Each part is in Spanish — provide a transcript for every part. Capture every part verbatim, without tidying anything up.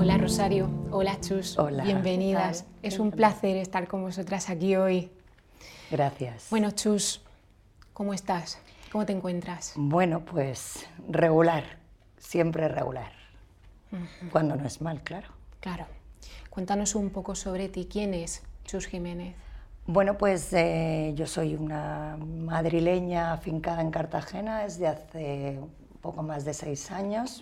Hola Rosario, hola Chus, Hola, bienvenidas. Es un placer estar con vosotras aquí hoy. Gracias. Bueno Chus, ¿cómo estás? ¿Cómo te encuentras? Bueno, pues regular, siempre regular. Uh-huh. Cuando no es mal, claro. Claro. Cuéntanos un poco sobre ti. ¿Quién es Chus Jiménez? Bueno, pues eh, yo soy una madrileña afincada en Cartagena desde hace un poco más de seis años.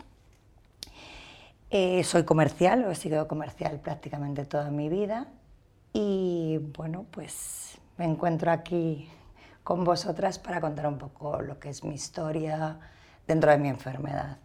Eh, soy comercial, o he sido comercial prácticamente toda mi vida y bueno, pues me encuentro aquí con vosotras para contar un poco lo que es mi historia dentro de mi enfermedad.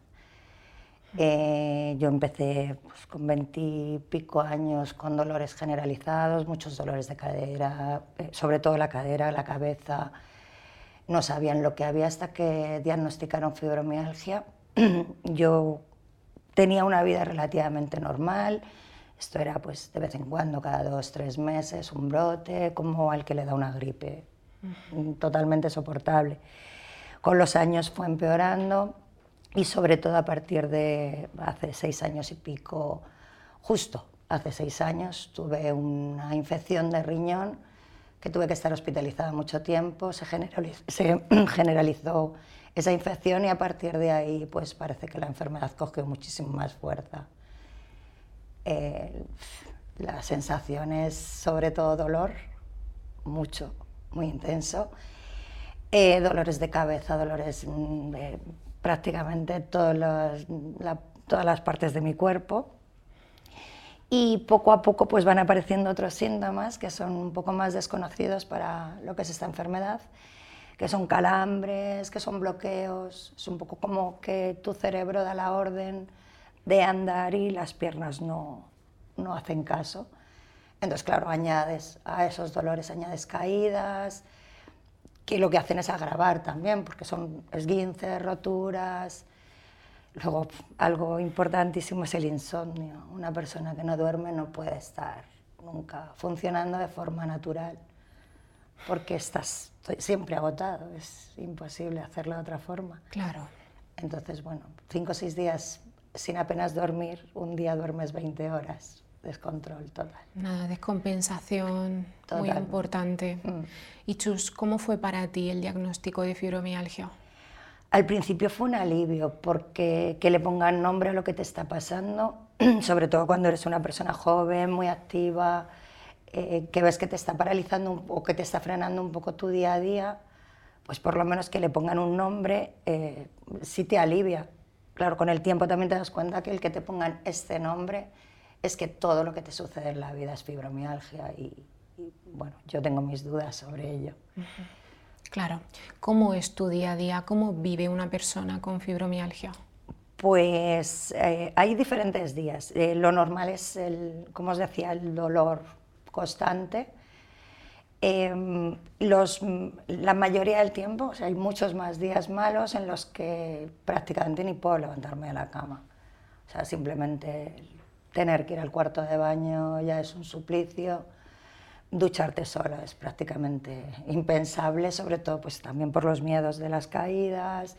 Eh, yo empecé pues, con veintipico años con dolores generalizados, muchos dolores de cadera, eh, sobre todo la cadera, la cabeza. No sabían lo que había hasta que diagnosticaron fibromialgia. Yo tenía una vida relativamente normal, esto era pues de vez en cuando, cada dos, tres meses, un brote, como al que le da una gripe, uh-huh. Totalmente soportable. Con los años fue empeorando y sobre todo a partir de hace seis años y pico, justo hace seis años, tuve una infección de riñón que tuve que estar hospitalizada mucho tiempo, se generalizó, se generalizó esa infección y a partir de ahí pues parece que la enfermedad cogió muchísimo más fuerza. Eh, la sensación es sobre todo dolor, mucho, muy intenso, eh, dolores de cabeza, dolores de prácticamente todos los, la, todas las partes de mi cuerpo. Y poco a poco pues van apareciendo otros síntomas que son un poco más desconocidos para lo que es esta enfermedad, que son calambres, que son bloqueos, es un poco como que tu cerebro da la orden de andar y las piernas no, no hacen caso. Entonces, claro, añades a esos dolores, añades caídas, que lo que hacen es agravar también, porque son esguinces, roturas. Luego, algo importantísimo es el insomnio. Una persona que no duerme no puede estar nunca funcionando de forma natural, porque estás siempre agotado, es imposible hacerlo de otra forma. Claro. Entonces, bueno, cinco o seis días sin apenas dormir, un día duermes veinte horas, descontrol total. Una descompensación total. Muy importante. Mm. Y Chus, ¿cómo fue para ti el diagnóstico de fibromialgia? Al principio fue un alivio, porque que le pongan nombre a lo que te está pasando, sobre todo cuando eres una persona joven, muy activa, eh, que ves que te está paralizando o que te está frenando un poco tu día a día, pues por lo menos que le pongan un nombre, eh, sí te alivia. Claro, con el tiempo también te das cuenta que el que te pongan este nombre es que todo lo que te sucede en la vida es fibromialgia y, y bueno, yo tengo mis dudas sobre ello. Uh-huh. Claro. ¿Cómo es tu día a día? ¿Cómo vive una persona con fibromialgia? Pues eh, hay diferentes días. Eh, lo normal es, el, como os decía, el dolor constante. Eh, los, la mayoría del tiempo, o sea, hay muchos más días malos en los que prácticamente ni puedo levantarme de la cama. O sea, simplemente tener que ir al cuarto de baño ya es un suplicio. Ducharte sola es prácticamente impensable, sobre todo pues también por los miedos de las caídas.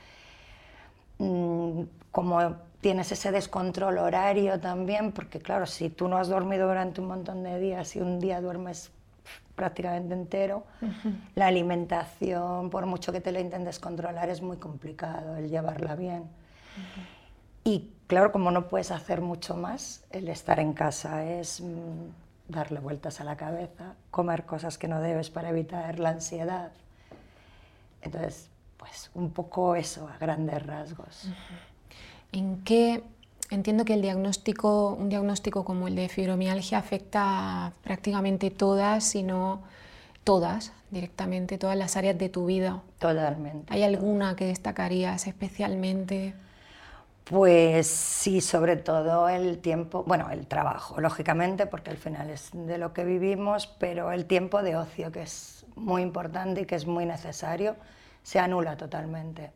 Como tienes ese descontrol horario también, porque claro, si tú no has dormido durante un montón de días y un día duermes prácticamente entero, uh-huh. La alimentación, por mucho que te la intentes controlar, es muy complicado el llevarla bien. Uh-huh. Y claro, como no puedes hacer mucho más, el estar en casa es darle vueltas a la cabeza, comer cosas que no debes para evitar la ansiedad. Entonces, pues un poco eso, a grandes rasgos. ¿En qué? Entiendo que el diagnóstico, un diagnóstico como el de fibromialgia afecta a prácticamente todas, si no todas, directamente, todas las áreas de tu vida. Totalmente. ¿Hay alguna que destacarías especialmente? Pues sí, sobre todo el tiempo, bueno, el trabajo, lógicamente, porque al final es de lo que vivimos, pero el tiempo de ocio, que es muy importante y que es muy necesario, se anula totalmente.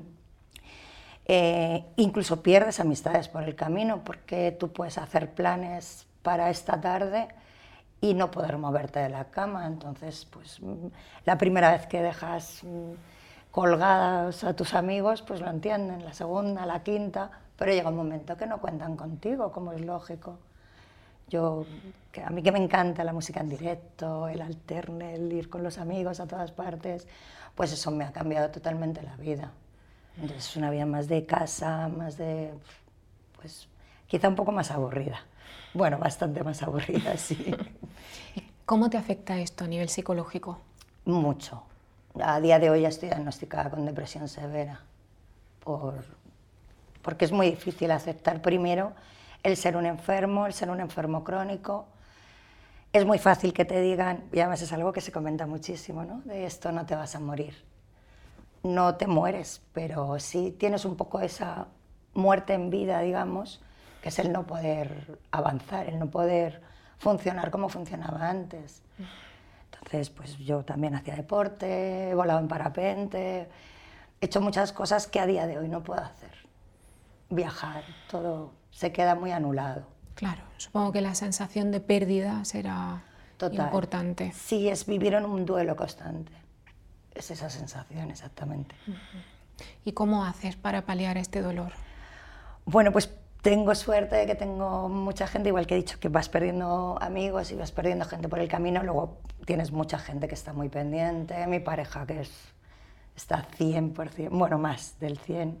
Eh, incluso pierdes amistades por el camino, porque tú puedes hacer planes para esta tarde y no poder moverte de la cama. Entonces, pues la primera vez que dejas colgados a tus amigos, pues lo entienden, la segunda, la quinta, pero llega un momento que no cuentan contigo, como es lógico. Yo, que a mí que me encanta la música en directo, el alterne, el ir con los amigos a todas partes, pues eso me ha cambiado totalmente la vida. Entonces es una vida más de casa, más de, pues quizá un poco más aburrida. Bueno, bastante más aburrida, sí. ¿Cómo te afecta esto a nivel psicológico? Mucho. A día de hoy ya estoy diagnosticada con depresión severa, por, porque es muy difícil aceptar primero el ser un enfermo, el ser un enfermo crónico. Es muy fácil que te digan, y además es algo que se comenta muchísimo, ¿no? De esto no te vas a morir. No te mueres, pero sí tienes un poco esa muerte en vida, digamos, que es el no poder avanzar, el no poder funcionar como funcionaba antes. Entonces, pues yo también hacía deporte, he volado en parapente, he hecho muchas cosas que a día de hoy no puedo hacer. Viajar, todo se queda muy anulado. Claro, supongo que la sensación de pérdida será Total. importante. Sí, es vivir en un duelo constante. Es esa sensación, exactamente. ¿Y cómo haces para paliar este dolor? Bueno, pues tengo suerte de que tengo mucha gente, igual que he dicho, que vas perdiendo amigos y vas perdiendo gente por el camino, luego tienes mucha gente que está muy pendiente, mi pareja que es, está cien por cien, bueno, más del cien,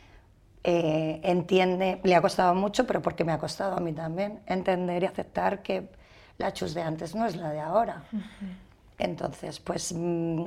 eh, entiende, le ha costado mucho, pero porque me ha costado a mí también, entender y aceptar que la Chus de antes no es la de ahora. Uh-huh. Entonces, pues mmm,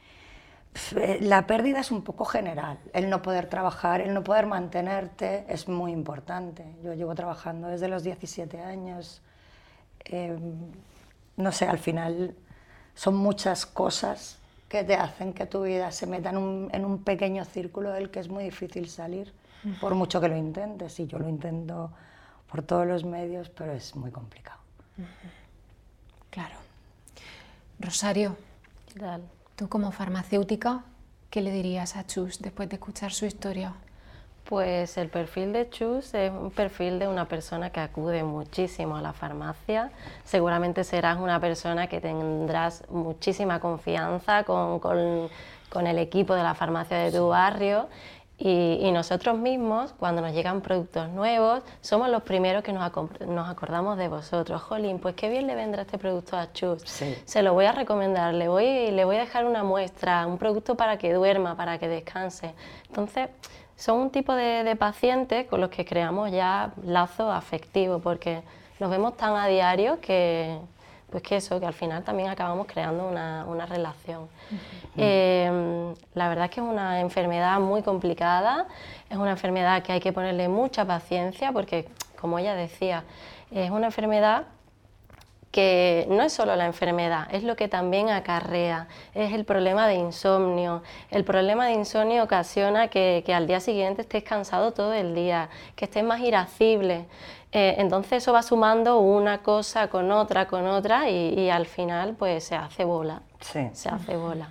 la pérdida es un poco general, el no poder trabajar, el no poder mantenerte es muy importante. Yo llevo trabajando desde los diecisiete años, eh, no sé, al final son muchas cosas que te hacen que tu vida se meta en un, en un pequeño círculo del que es muy difícil salir, uh-huh. por mucho que lo intentes, y yo lo intento por todos los medios, pero es muy complicado. Uh-huh. Claro. Rosario, ¿qué tal? Tú como farmacéutica, ¿qué le dirías a Chus después de escuchar su historia? Pues el perfil de Chus es un perfil de una persona que acude muchísimo a la farmacia. Seguramente serás una persona que tendrás muchísima confianza con, con, con el equipo de la farmacia de tu barrio. Y, y nosotros mismos, cuando nos llegan productos nuevos, somos los primeros que nos, nos acordamos de vosotros. Jolín, pues qué bien le vendrá este producto a Chus. Sí. Se lo voy a recomendar, le voy, le voy a dejar una muestra, un producto para que duerma, para que descanse. Entonces, son un tipo de, de pacientes con los que creamos ya lazos afectivos, porque los vemos tan a diario que... pues que eso, que al final también acabamos creando una, una relación. Uh-huh. eh, la verdad es que es una enfermedad muy complicada, es una enfermedad que hay que ponerle mucha paciencia porque, como ella decía, es una enfermedad que no es solo la enfermedad, es lo que también acarrea, es el problema de insomnio. El problema de insomnio ocasiona que, que al día siguiente estés cansado todo el día, que estés más irascible. Eh, entonces eso va sumando una cosa con otra, con otra y, y al final pues se hace bola, sí. se hace bola.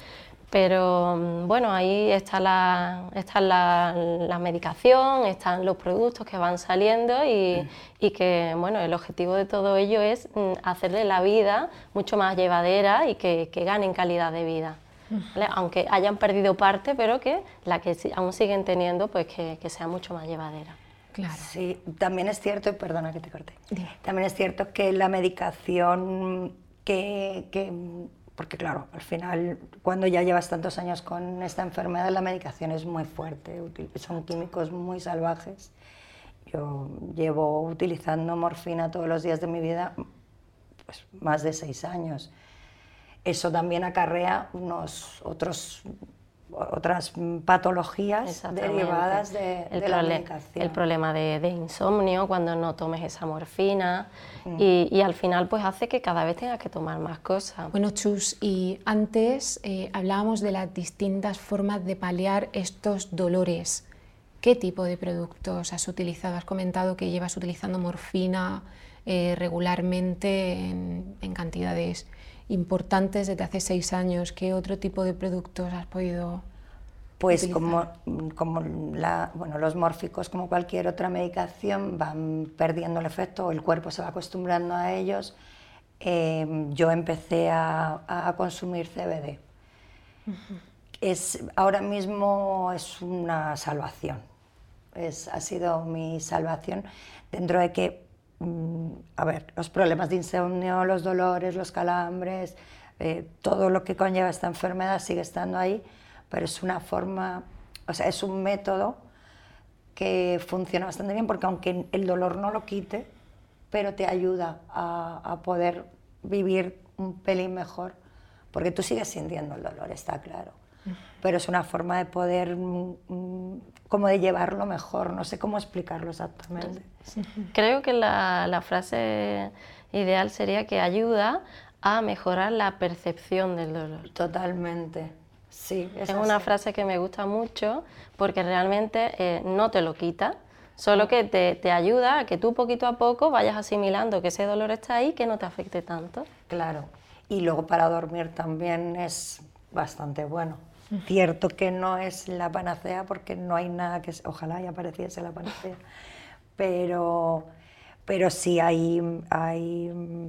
Pero bueno, ahí está la, está la, la medicación, están los productos que van saliendo y, y que bueno, el objetivo de todo ello es hacerle la vida mucho más llevadera y que, que ganen calidad de vida. ¿Vale? Aunque hayan perdido parte, pero que la que aún siguen teniendo, pues que, que sea mucho más llevadera. Claro. Sí, también es cierto, y perdona que te corte, también es cierto que la medicación que, que, porque claro, al final cuando ya llevas tantos años con esta enfermedad la medicación es muy fuerte, son químicos muy salvajes. Yo llevo utilizando morfina todos los días de mi vida pues, más de seis años. Eso también acarrea unos otros... otras patologías derivadas de, de la medicación. El problema de, de insomnio cuando no tomes esa morfina mm. y, y al final pues hace que cada vez tengas que tomar más cosas. Bueno, Chus, y antes eh, hablábamos de las distintas formas de paliar estos dolores. ¿Qué tipo de productos has utilizado? Has comentado que llevas utilizando morfina eh, regularmente en, en cantidades importantes desde hace seis años. ¿Qué otro tipo de productos has podido Pues utilizar? como, como la, bueno, los mórficos, como cualquier otra medicación, van perdiendo el efecto, el cuerpo se va acostumbrando a ellos. Eh, yo empecé a, a consumir C B D. Uh-huh. es, ahora mismo es una salvación, es, ha sido mi salvación dentro de que, mmm, a ver, los problemas de insomnio, los dolores, los calambres, eh, todo lo que conlleva esta enfermedad sigue estando ahí, pero es una forma, o sea, es un método que funciona bastante bien porque aunque el dolor no lo quite, pero te ayuda a, a poder vivir un pelín mejor, porque tú sigues sintiendo el dolor, está claro, pero es una forma de poder, mm, como de llevarlo mejor, no sé cómo explicarlo exactamente. Creo que la, la frase ideal sería que ayuda a mejorar la percepción del dolor. Totalmente, sí. Es, es una así. frase que me gusta mucho porque realmente eh, no te lo quita, solo que te, te ayuda a que tú poquito a poco vayas asimilando que ese dolor está ahí, que no te afecte tanto. Claro, y luego para dormir también es bastante bueno. Cierto que no es la panacea porque no hay nada que... Ojalá ya apareciese la panacea, pero, pero sí hay, hay...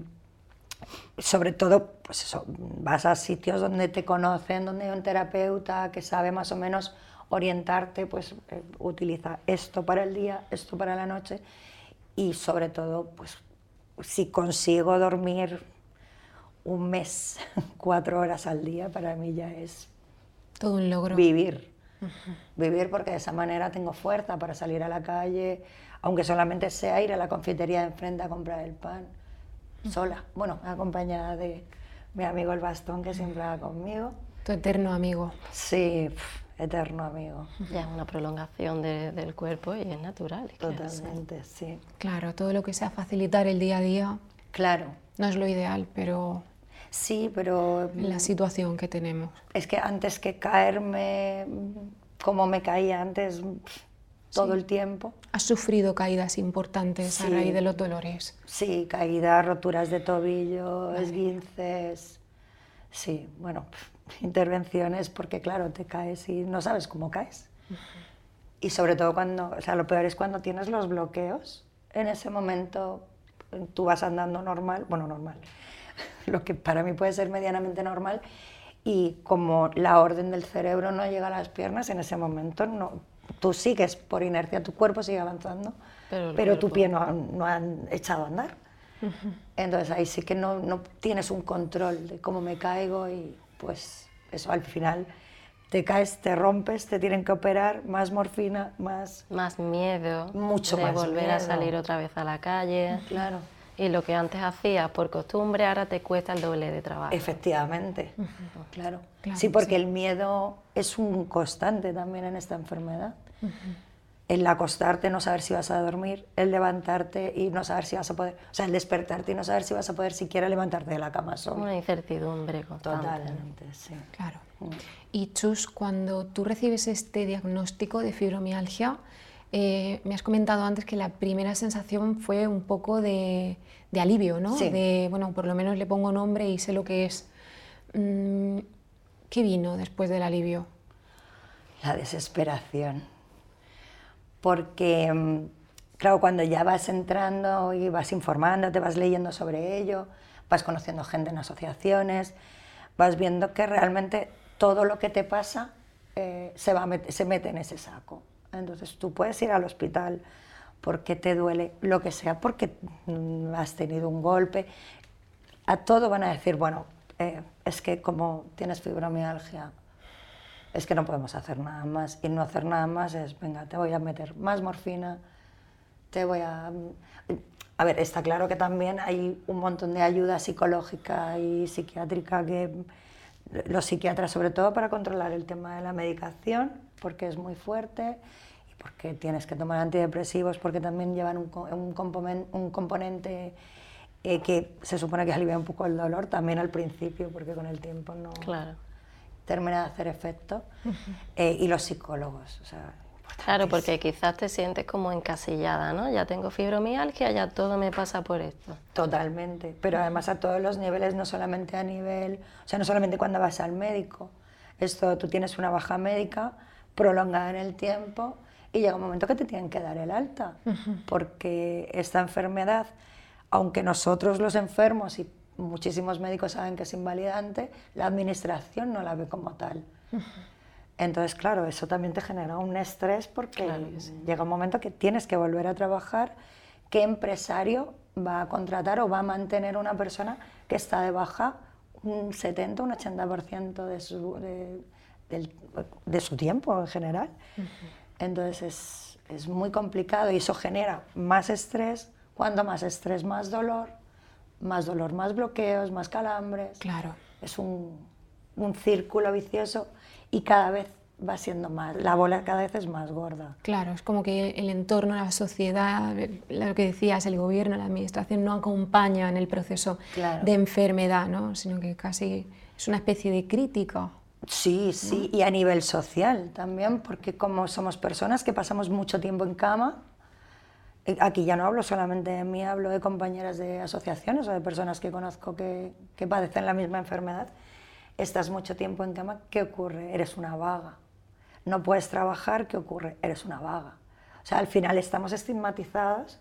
Sobre todo, pues eso, vas a sitios donde te conocen, donde hay un terapeuta que sabe más o menos orientarte, pues eh, utiliza esto para el día, esto para la noche, y sobre todo, pues si consigo dormir un mes, cuatro horas al día, para mí ya es todo un logro. Vivir, uh-huh. Vivir porque de esa manera tengo fuerza para salir a la calle, aunque solamente sea ir a la confitería de enfrente a comprar el pan, uh-huh. Sola, bueno, acompañada de mi amigo el Bastón, que siempre va conmigo. Tu eterno amigo. Sí, pff, eterno amigo. Ya es una prolongación de, del cuerpo y es natural. Totalmente, es, sí. Claro, todo lo que sea facilitar el día a día. Claro. No es lo ideal, pero... Sí, pero... En la situación que tenemos. Es que antes que caerme como me caía antes todo sí. el tiempo. ¿Has sufrido caídas importantes sí. a raíz de los dolores? Sí, caídas, roturas de tobillo, vale. esguinces, sí, bueno, intervenciones porque claro, te caes y no sabes cómo caes. Uh-huh. Y sobre todo cuando, o sea, lo peor es cuando tienes los bloqueos, en ese momento tú vas andando normal, bueno, normal, lo que para mí puede ser medianamente normal, y como la orden del cerebro no llega a las piernas, en ese momento no, tú sigues por inercia, tu cuerpo sigue avanzando, pero, pero tu pie no ha, no ha echado a andar. Uh-huh. Entonces ahí sí que no, no tienes un control de cómo me caigo y pues eso al final te caes, te rompes, te tienen que operar, más morfina, más... Más miedo, mucho de más volver miedo. a salir otra vez a la calle. Claro. Y lo que antes hacías por costumbre, ahora te cuesta el doble de trabajo. Efectivamente, uh-huh. claro. claro. Sí, porque sí. el miedo es un constante también en esta enfermedad. Uh-huh. El acostarte, no saber si vas a dormir, el levantarte y no saber si vas a poder... O sea, el despertarte y no saber si vas a poder siquiera levantarte de la cama solo. Una incertidumbre constante. Totalmente, sí. Claro. Uh-huh. Y Chus, cuando tú recibes este diagnóstico de fibromialgia, Eh, me has comentado antes que la primera sensación fue un poco de, de alivio, ¿no? Sí. De, bueno, por lo menos le pongo nombre y sé lo que es. Mm, ¿Qué vino después del alivio? La desesperación. Porque, claro, cuando ya vas entrando y vas informando, te vas leyendo sobre ello, vas conociendo gente en asociaciones, vas viendo que realmente todo lo que te pasa eh, se, va a met- se mete en ese saco. Entonces tú puedes ir al hospital porque te duele, lo que sea, porque has tenido un golpe. A todo van a decir, bueno, eh, es que como tienes fibromialgia, es que no podemos hacer nada más. Y no hacer nada más es, venga, te voy a meter más morfina, te voy a... A ver, está claro que también hay un montón de ayuda psicológica y psiquiátrica que... Los psiquiatras, sobre todo para controlar el tema de la medicación, porque es muy fuerte y porque tienes que tomar antidepresivos, porque también llevan un, un, componen, un componente eh, que se supone que alivia un poco el dolor, también al principio, porque con el tiempo no claro. termina de hacer efecto. Uh-huh. eh, y los psicólogos, o sea... Claro, porque quizás te sientes como encasillada, ¿no? Ya tengo fibromialgia, ya todo me pasa por esto. Totalmente, pero además a todos los niveles, no solamente a nivel, o sea, no solamente cuando vas al médico. Esto, tú tienes una baja médica prolongada en el tiempo y llega un momento que te tienen que dar el alta, uh-huh. porque esta enfermedad, aunque nosotros los enfermos y muchísimos médicos saben que es invalidante, la administración no la ve como tal. Uh-huh. Entonces, claro, eso también te genera un estrés porque Claro que sí. llega un momento que tienes que volver a trabajar. ¿Qué empresario va a contratar o va a mantener una persona que está de baja un setenta, un ochenta por ciento de su, de, del- de su tiempo en general? Uh-huh. Entonces es, es muy complicado y eso genera más estrés. Cuanto más estrés, más dolor, más dolor, más bloqueos, más calambres. Claro. Es un, un círculo vicioso y cada vez va siendo más, la bola cada vez es más gorda. Claro, es como que el entorno, la sociedad, lo que decías, el gobierno, la administración no acompaña en el proceso Claro. de enfermedad, ¿no? Sino que casi es una especie de crítica. Sí, sí, ¿no? Y a nivel social también, porque como somos personas que pasamos mucho tiempo en cama, aquí ya no hablo solamente de mí, hablo de compañeras de asociaciones o de personas que conozco que, que padecen la misma enfermedad, estás mucho tiempo en cama, ¿qué ocurre? Eres una vaga. No puedes trabajar, ¿qué ocurre? Eres una vaga. O sea, al final estamos estigmatizadas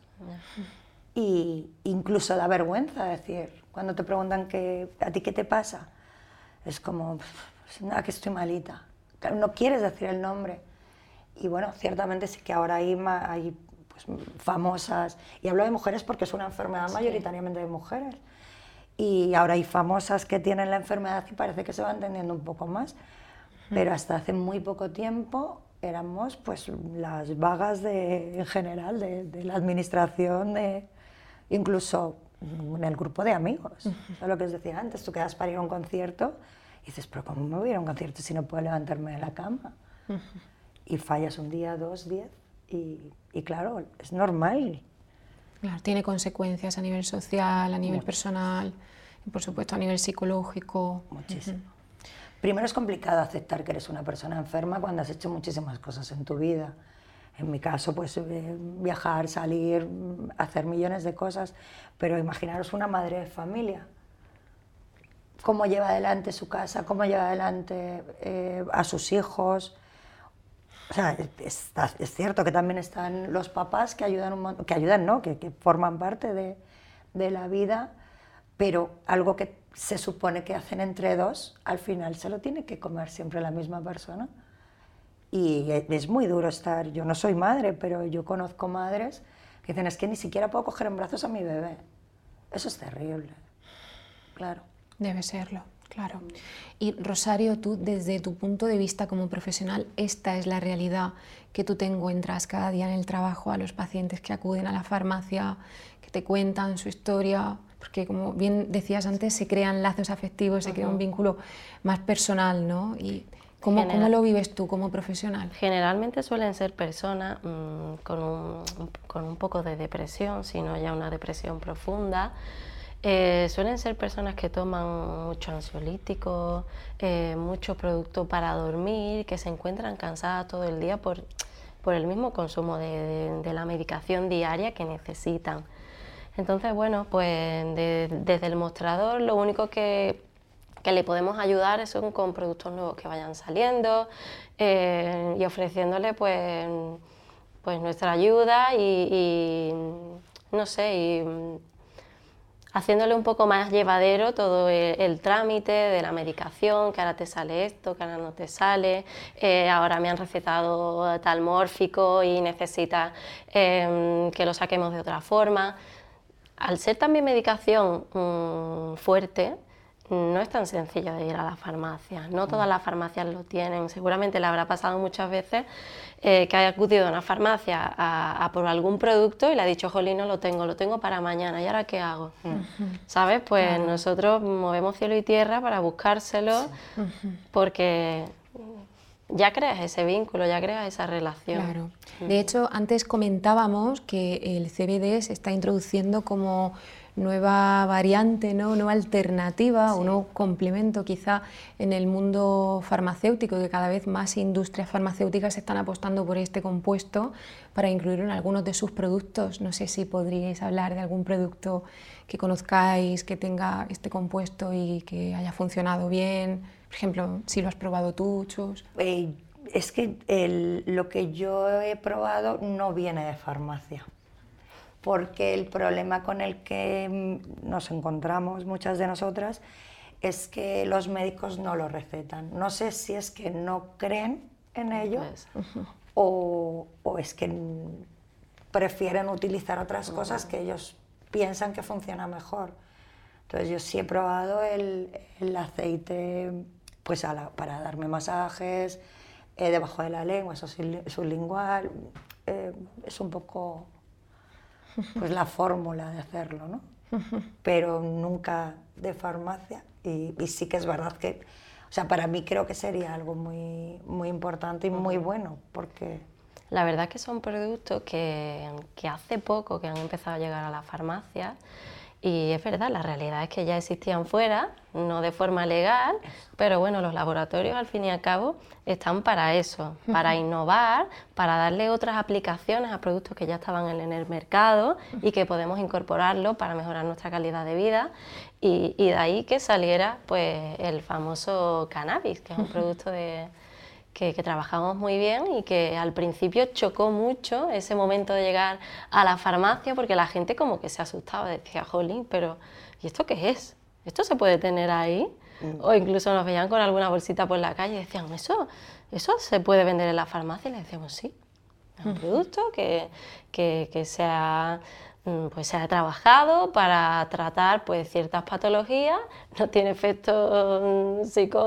y incluso da vergüenza decir, cuando te preguntan que, ¿a ti qué te pasa? Es como, nada, que estoy malita. No quieres decir el nombre. Y bueno, ciertamente sí que ahora hay, hay pues, famosas, y hablo de mujeres porque es una enfermedad sí. mayoritariamente de mujeres, y ahora hay famosas que tienen la enfermedad y parece que se va entendiendo un poco más. Pero hasta hace muy poco tiempo éramos pues, las vagas de, en general de, de la administración, de, incluso en el grupo de amigos. Uh-huh. ¿Sabes lo que os decía antes? Tú quedas para ir a un concierto y dices, pero ¿cómo me voy a ir a un concierto si no puedo levantarme de la cama? Uh-huh. Y fallas un día, dos, diez, y, y claro, es normal. Claro, tiene consecuencias a nivel social, a nivel Muchas. personal, y por supuesto a nivel psicológico. Muchísimo. Uh-huh. Primero es complicado aceptar que eres una persona enferma cuando has hecho muchísimas cosas en tu vida. En mi caso, pues eh, viajar, salir, hacer millones de cosas, pero imaginaros una madre de familia. Cómo lleva adelante su casa, cómo lleva adelante eh, a sus hijos. O sea, es, es cierto que también están los papás que ayudan, un montón, que ayudan, ¿no? Que, que forman parte de, de la vida, pero algo que se supone que hacen entre dos, al final se lo tiene que comer siempre la misma persona. Y es muy duro estar, yo no soy madre, pero yo conozco madres que dicen, es que ni siquiera puedo coger en brazos a mi bebé. Eso es terrible, claro. Debe serlo, claro. Y Rosario, tú desde tu punto de vista como profesional, esta es la realidad que tú te encuentras cada día en el trabajo, a los pacientes que acuden a la farmacia, que te cuentan su historia, porque como bien decías antes, se crean lazos afectivos, se uh-huh. crea un vínculo más personal, ¿no? Y ¿cómo, General, ¿cómo lo vives tú como profesional? Generalmente suelen ser personas mmm, con, un, con un poco de depresión, si no ya una depresión profunda. Eh, suelen ser personas que toman mucho ansiolítico, eh, mucho producto para dormir, que se encuentran cansadas todo el día por, por el mismo consumo de, de, de la medicación diaria que necesitan. Entonces, bueno, pues de, desde el mostrador lo único que, que le podemos ayudar son con productos nuevos que vayan saliendo eh, y ofreciéndole pues, pues nuestra ayuda y, y no sé, y haciéndole un poco más llevadero todo el, el trámite de la medicación, que ahora te sale esto, que ahora no te sale, eh, ahora me han recetado tal mórfico y necesitas eh, que lo saquemos de otra forma. Al ser también medicación mmm, fuerte, no es tan sencillo de ir a la farmacia, no todas las farmacias lo tienen. Seguramente le habrá pasado muchas veces eh, que haya acudido a una farmacia a, a por algún producto y le ha dicho, jolín, no lo tengo, lo tengo para mañana, ¿y ahora qué hago? Uh-huh. ¿Sabes? Pues claro. Nosotros movemos cielo y tierra para buscárselo, sí. uh-huh. porque ya creas ese vínculo, ya creas esa relación. Claro. De hecho, antes comentábamos que el C B D se está introduciendo como nueva variante, ¿no? Nueva alternativa sí. o nuevo complemento quizá en el mundo farmacéutico, que cada vez más industrias farmacéuticas están apostando por este compuesto para incluirlo en algunos de sus productos. No sé si podríais hablar de algún producto que conozcáis, que tenga este compuesto y que haya funcionado bien. Por ejemplo, si lo has probado tú, Chus. Eh, es que el, lo que yo he probado no viene de farmacia, porque el problema con el que nos encontramos muchas de nosotras es que los médicos no lo recetan. No sé si es que no creen en ello Pues, o, o es que prefieren utilizar otras cosas que ellos piensan que funciona mejor. Entonces yo sí he probado el, el aceite pues a la, para darme masajes, eh, debajo de la lengua, eso es sublingual, eh, es un poco pues la fórmula de hacerlo, ¿no? Pero nunca de farmacia y, y sí que es verdad que, o sea, para mí creo que sería algo muy, muy importante y muy bueno, porque... La verdad es que son productos que, que hace poco que han empezado a llegar a las farmacias y es verdad, la realidad es que ya existían fuera, no de forma legal, pero bueno, los laboratorios al fin y al cabo están para eso, para innovar, para darle otras aplicaciones a productos que ya estaban en, en el mercado y que podemos incorporarlo para mejorar nuestra calidad de vida y, y de ahí que saliera pues el famoso cannabis, que es un producto de... Que, que trabajamos muy bien y que al principio chocó mucho ese momento de llegar a la farmacia porque la gente como que se asustaba, decía, jolín, pero ¿y esto qué es? ¿Esto se puede tener ahí? Mm. O incluso nos veían con alguna bolsita por la calle y decían, ¿eso, eso se puede vender en la farmacia? Y le decíamos, sí, es un producto que, que, que se ha... pues se ha trabajado para tratar pues ciertas patologías, no tiene efectos psico,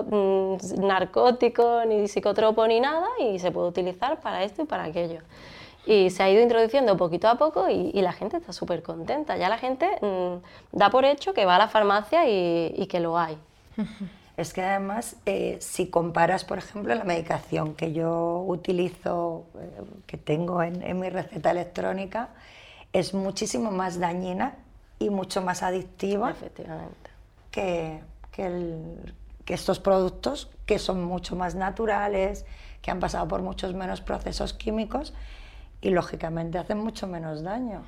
narcóticos ni psicotropos ni nada y se puede utilizar para esto y para aquello. Y se ha ido introduciendo poquito a poco y, y la gente está súper contenta. Ya la gente mmm, da por hecho que va a la farmacia y, y que lo hay. Es que además, eh, si comparas, por ejemplo, la medicación que yo utilizo, eh, que tengo en, en mi receta electrónica, es muchísimo más dañina y mucho más adictiva Efectivamente. Que, que, el, que estos productos que son mucho más naturales, que han pasado por muchos menos procesos químicos y lógicamente hacen mucho menos daño.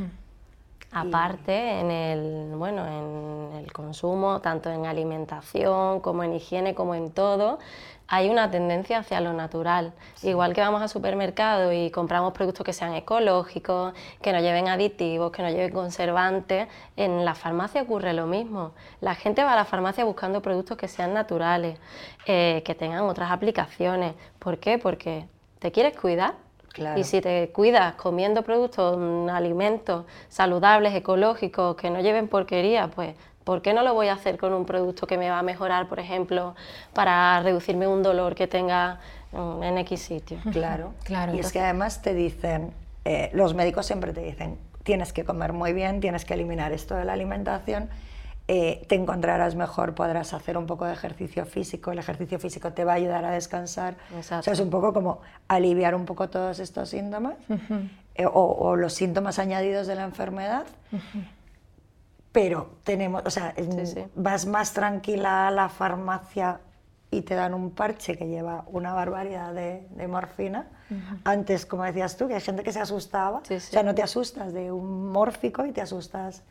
Aparte, en el, bueno, en el consumo, tanto en alimentación como en higiene, como en todo, hay una tendencia hacia lo natural. Sí. Igual que vamos al supermercado y compramos productos que sean ecológicos, que no lleven aditivos, que no lleven conservantes, en la farmacia ocurre lo mismo. La gente va a la farmacia buscando productos que sean naturales, eh, que tengan otras aplicaciones. ¿Por qué? Porque te quieres cuidar. Claro. Y si te cuidas comiendo productos, alimentos saludables, ecológicos, que no lleven porquería, pues ¿por qué no lo voy a hacer con un producto que me va a mejorar, por ejemplo, para reducirme un dolor que tenga en X sitio? Claro, claro. Y es que además te dicen, eh, los médicos siempre te dicen, tienes que comer muy bien, tienes que eliminar esto de la alimentación, eh, te encontrarás mejor, podrás hacer un poco de ejercicio físico, el ejercicio físico te va a ayudar a descansar. Exacto. O sea, es un poco como aliviar un poco todos estos síntomas, uh-huh. eh, o, o los síntomas añadidos de la enfermedad, uh-huh. pero tenemos, o sea, sí, sí. vas más tranquila a la farmacia y te dan un parche que lleva una barbaridad de, de morfina. Uh-huh. Antes, como decías tú, que hay gente que se asustaba, sí, sí. o sea, no te asustas de un mórfico y te asustas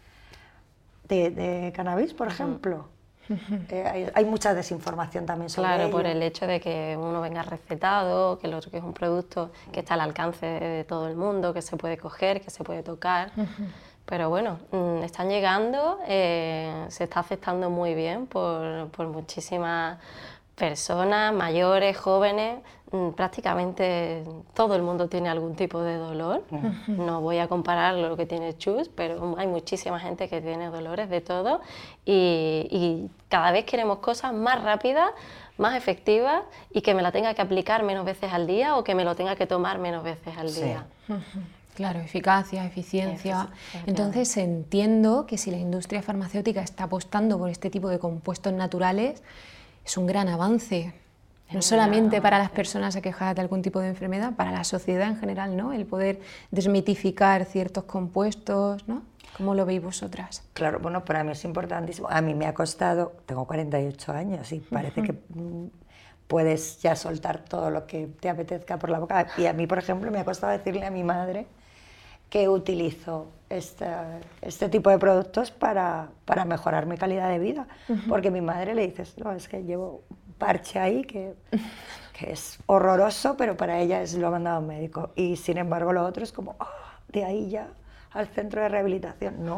de, de cannabis, por ejemplo. Uh-huh. Eh, hay, hay mucha desinformación también sobre Claro, ello. por el hecho de que uno venga recetado, que el otro que es un producto que está al alcance de todo el mundo, que se puede coger, que se puede tocar. Uh-huh. Pero bueno, están llegando, eh, se está aceptando muy bien por, por muchísimas personas, mayores, jóvenes, prácticamente todo el mundo tiene algún tipo de dolor. Uh-huh. No voy a comparar lo que tiene Chus, pero hay muchísima gente que tiene dolores de todo y, y cada vez queremos cosas más rápidas, más efectivas y que me la tenga que aplicar menos veces al día o que me lo tenga que tomar menos veces al sí. día. Uh-huh. Claro, eficacia, eficiencia. Entonces entiendo que si la industria farmacéutica está apostando por este tipo de compuestos naturales, es un gran avance, no solamente para las personas aquejadas de algún tipo de enfermedad, para la sociedad en general, ¿no? El poder desmitificar ciertos compuestos, ¿no? ¿Cómo lo veis vosotras? Claro, bueno, para mí es importantísimo. A mí me ha costado, tengo cuarenta y ocho años y parece uh-huh. que mm, puedes ya soltar todo lo que te apetezca por la boca. Y a mí, por ejemplo, me ha costado decirle a mi madre que utilizo este, este tipo de productos para, para mejorar mi calidad de vida. Uh-huh. Porque a mi madre le dices, no, es que llevo un parche ahí que, que es horroroso, pero para ella es lo ha mandado un médico. Y sin embargo lo otro es como, oh, de ahí ya al centro de rehabilitación. No,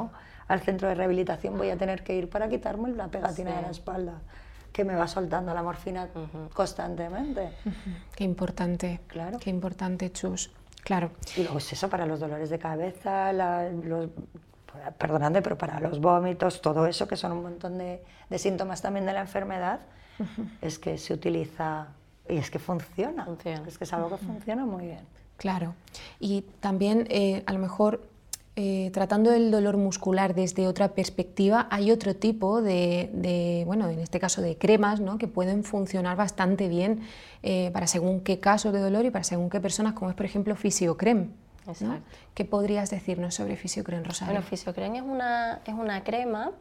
al centro de rehabilitación voy a tener que ir para quitarme la pegatina Sí. de la espalda, que me va soltando la morfina uh-huh. constantemente. Uh-huh. Qué importante, claro. Qué importante, Chus. Claro. Y luego es eso, para los dolores de cabeza, la, los, perdonadme, pero para los vómitos, todo eso, que son un montón de, de síntomas también de la enfermedad, uh-huh. es que se utiliza y es que funciona, funciona. Es que es algo que uh-huh. funciona muy bien. Claro, y también eh, a lo mejor eh, tratando el dolor muscular desde otra perspectiva, hay otro tipo de, de bueno, en este caso de cremas, ¿no?, que pueden funcionar bastante bien eh, para según qué casos de dolor y para según qué personas, como es por ejemplo Fisiocrem. ¿No? ¿Qué podrías decirnos sobre Fisiocrem, Rosario? Bueno, Fisiocrem es una, es una crema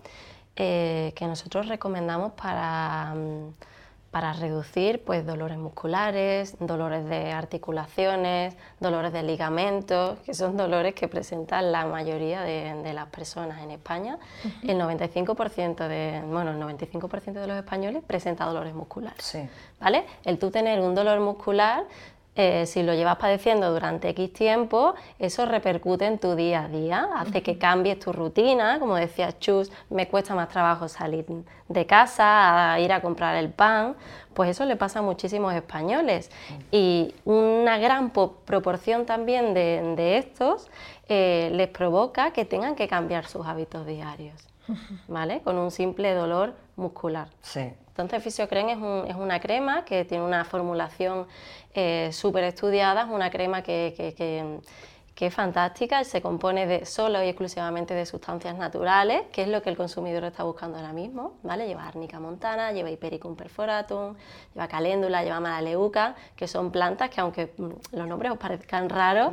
eh, que nosotros recomendamos para... Um, para reducir pues, dolores musculares, dolores de articulaciones, dolores de ligamentos, que son dolores que presentan la mayoría de, de las personas en España. Uh-huh. El noventa y cinco por ciento de, bueno, el noventa y cinco por ciento de los españoles presenta dolores musculares. Sí. ¿Vale? El tú tener un dolor muscular, Eh, si lo llevas padeciendo durante X tiempo, eso repercute en tu día a día, hace que cambies tu rutina, como decía Chus, me cuesta más trabajo salir de casa, a ir a comprar el pan, pues eso le pasa a muchísimos españoles y una gran proporción también de, de estos eh, les provoca que tengan que cambiar sus hábitos diarios, ¿vale? Con un simple dolor muscular. Sí. Entonces Fisiocrem es, un, es una crema que tiene una formulación eh, súper estudiada, es una crema que, que, que, que es fantástica, se compone de, solo y exclusivamente de sustancias naturales, que es lo que el consumidor está buscando ahora mismo, ¿vale? Lleva Arnica montana, lleva Hipericum perforatum, lleva caléndula, lleva Melaleuca, que son plantas que aunque los nombres os parezcan raros,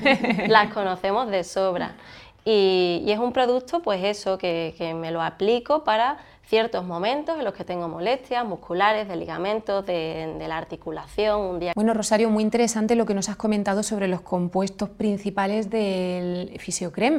las conocemos de sobra. Y, y es un producto, pues eso, que, que me lo aplico para ciertos momentos en los que tengo molestias musculares, de ligamentos, de, de la articulación. Un día... Bueno, Rosario, muy interesante lo que nos has comentado sobre los compuestos principales del Fisiocrem.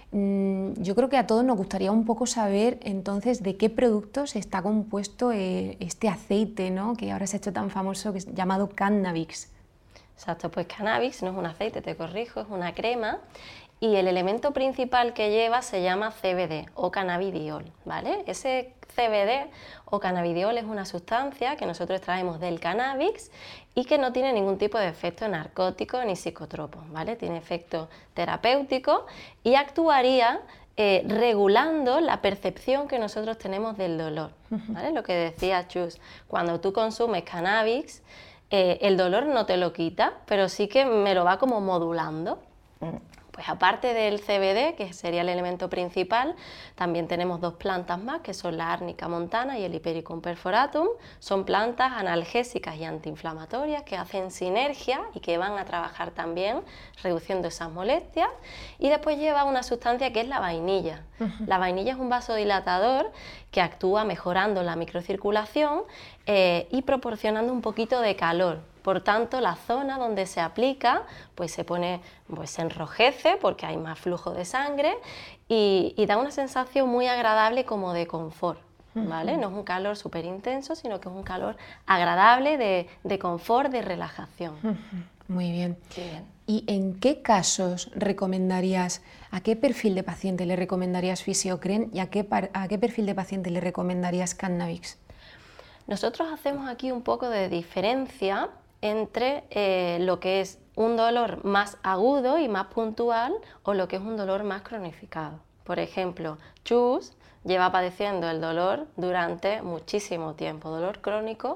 Yo creo que a todos nos gustaría un poco saber entonces de qué productos está compuesto este aceite, ¿no?, que ahora se ha hecho tan famoso, que es llamado Cannabix. Exacto, pues Cannabix no es un aceite, te corrijo, es una crema. Y el elemento principal que lleva se llama C B D o cannabidiol, ¿vale? Ese C B D o cannabidiol es una sustancia que nosotros extraemos del cannabis y que no tiene ningún tipo de efecto narcótico ni psicotropo, ¿vale? Tiene efecto terapéutico y actuaría eh, regulando la percepción que nosotros tenemos del dolor, ¿vale? Lo que decía Chus, cuando tú consumes cannabis, eh, el dolor no te lo quita, pero sí que me lo va como modulando. Pues aparte del C B D, que sería el elemento principal, también tenemos dos plantas más, que son la Arnica montana y el Hipericum perforatum. Son plantas analgésicas y antiinflamatorias que hacen sinergia y que van a trabajar también reduciendo esas molestias. Y después lleva una sustancia que es la vainilla. Uh-huh. La vainilla es un vasodilatador que actúa mejorando la microcirculación eh, y proporcionando un poquito de calor. Por tanto, la zona donde se aplica pues se pone, pues se enrojece porque hay más flujo de sangre y, y da una sensación muy agradable como de confort, ¿vale? Uh-huh. No es un calor súper intenso, sino que es un calor agradable de, de confort, de relajación. Uh-huh. Muy bien. bien. ¿Y en qué casos recomendarías, a qué perfil de paciente le recomendarías Fisiocrem y a qué, par, a qué perfil de paciente le recomendarías Cannabix? Nosotros hacemos aquí un poco de diferencia entre eh, lo que es un dolor más agudo y más puntual o lo que es un dolor más cronificado. Por ejemplo, Chus lleva padeciendo el dolor durante muchísimo tiempo, dolor crónico,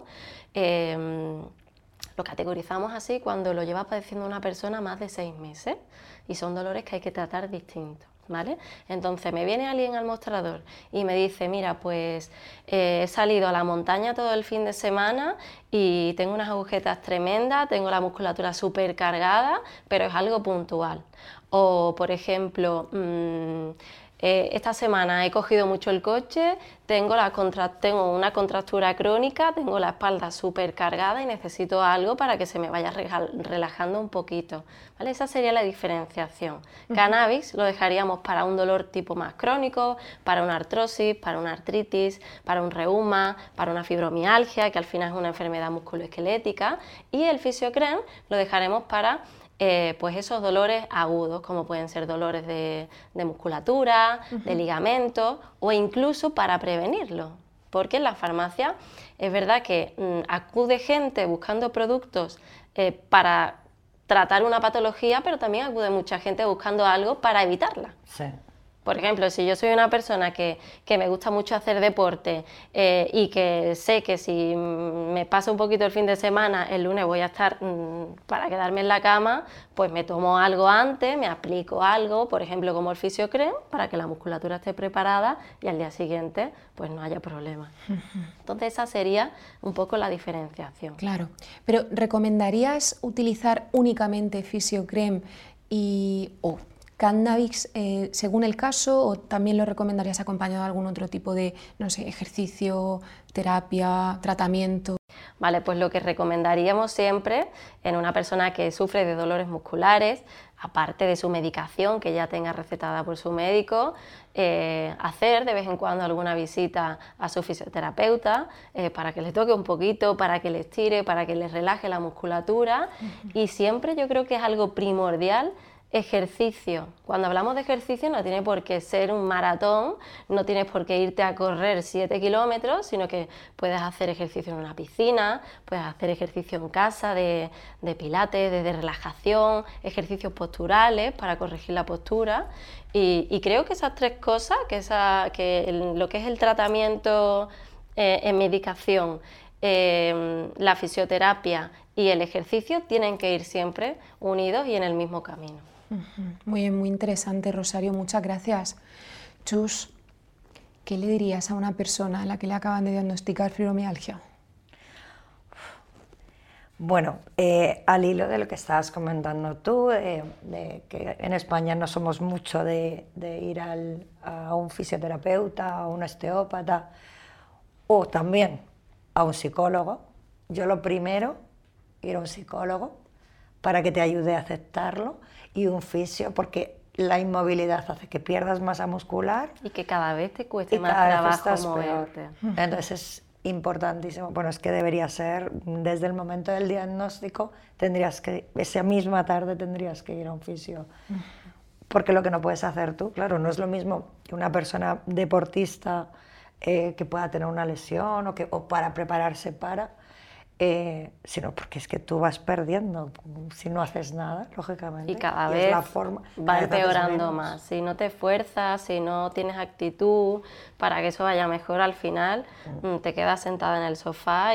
eh, lo categorizamos así cuando lo lleva padeciendo una persona más de seis meses y son dolores que hay que tratar distintos. ¿Vale? Entonces me viene alguien al mostrador y me dice, mira, pues eh, he salido a la montaña todo el fin de semana y tengo unas agujetas tremendas, tengo la musculatura súper cargada, pero es algo puntual. O, por ejemplo, mmm, eh, esta semana he cogido mucho el coche, tengo, la contra tengo una contractura crónica, tengo la espalda súper cargada y necesito algo para que se me vaya relajando un poquito, ¿vale? Esa sería la diferenciación. Uh-huh. Cannabis lo dejaríamos para un dolor tipo más crónico, para una artrosis, para una artritis, para un reuma, para una fibromialgia, que al final es una enfermedad musculoesquelética, y el Fisiocrem lo dejaremos para eh, pues esos dolores agudos, como pueden ser dolores de, de musculatura, uh-huh. de ligamentos, o incluso para prevenirlo. Porque en la farmacia es verdad que mmm, acude gente buscando productos eh, para tratar una patología, pero también acude mucha gente buscando algo para evitarla. Sí. Por ejemplo, si yo soy una persona que, que me gusta mucho hacer deporte eh, y que sé que si me pasa un poquito el fin de semana, el lunes voy a estar mmm, para quedarme en la cama, pues me tomo algo antes, me aplico algo, por ejemplo como el Fisiocrem, para que la musculatura esté preparada y al día siguiente pues no haya problema. Entonces esa sería un poco la diferenciación. Claro, pero ¿recomendarías utilizar únicamente Fisiocrem y... o Cannabis eh, según el caso, o también lo recomendarías acompañado de algún otro tipo de, no sé, ejercicio, terapia, tratamiento? Vale, pues lo que recomendaríamos siempre en una persona que sufre de dolores musculares, aparte de su medicación que ya tenga recetada por su médico, eh, hacer de vez en cuando alguna visita a su fisioterapeuta eh, para que le toque un poquito, para que le estire, para que le relaje la musculatura. Uh-huh. Y siempre yo creo que es algo primordial ejercicio. Cuando hablamos de ejercicio no tiene por qué ser un maratón, no tienes por qué irte a correr siete kilómetros, sino que puedes hacer ejercicio en una piscina, puedes hacer ejercicio en casa de, de pilates, de, de relajación, ejercicios posturales para corregir la postura y, y creo que esas tres cosas, que, esa, que el, lo que es el tratamiento eh, en medicación, eh, la fisioterapia y el ejercicio tienen que ir siempre unidos y en el mismo camino. Muy bien, muy interesante, Rosario, muchas gracias. Chus, ¿qué le dirías a una persona a la que le acaban de diagnosticar fibromialgia? Bueno, eh, al hilo de lo que estabas comentando tú, eh, de que en España no somos mucho de, de ir al, a un fisioterapeuta, a un osteópata o también a un psicólogo, yo lo primero, ir a un psicólogo para que te ayude a aceptarlo y un fisio porque la inmovilidad hace que pierdas masa muscular y que cada vez te cueste más trabajo moverte. Entonces es importantísimo, bueno, es que debería ser desde el momento del diagnóstico, tendrías que, esa misma tarde tendrías que ir a un fisio, porque lo que no puedes hacer tú, claro, no es lo mismo que una persona deportista eh, que pueda tener una lesión o, que, o para prepararse para, Eh, sino porque es que tú vas perdiendo si no haces nada, lógicamente. Y cada y vez es la forma, va empeorando más. Si no te esfuerzas, si no tienes actitud para que eso vaya mejor al final, mm. te quedas sentada en el sofá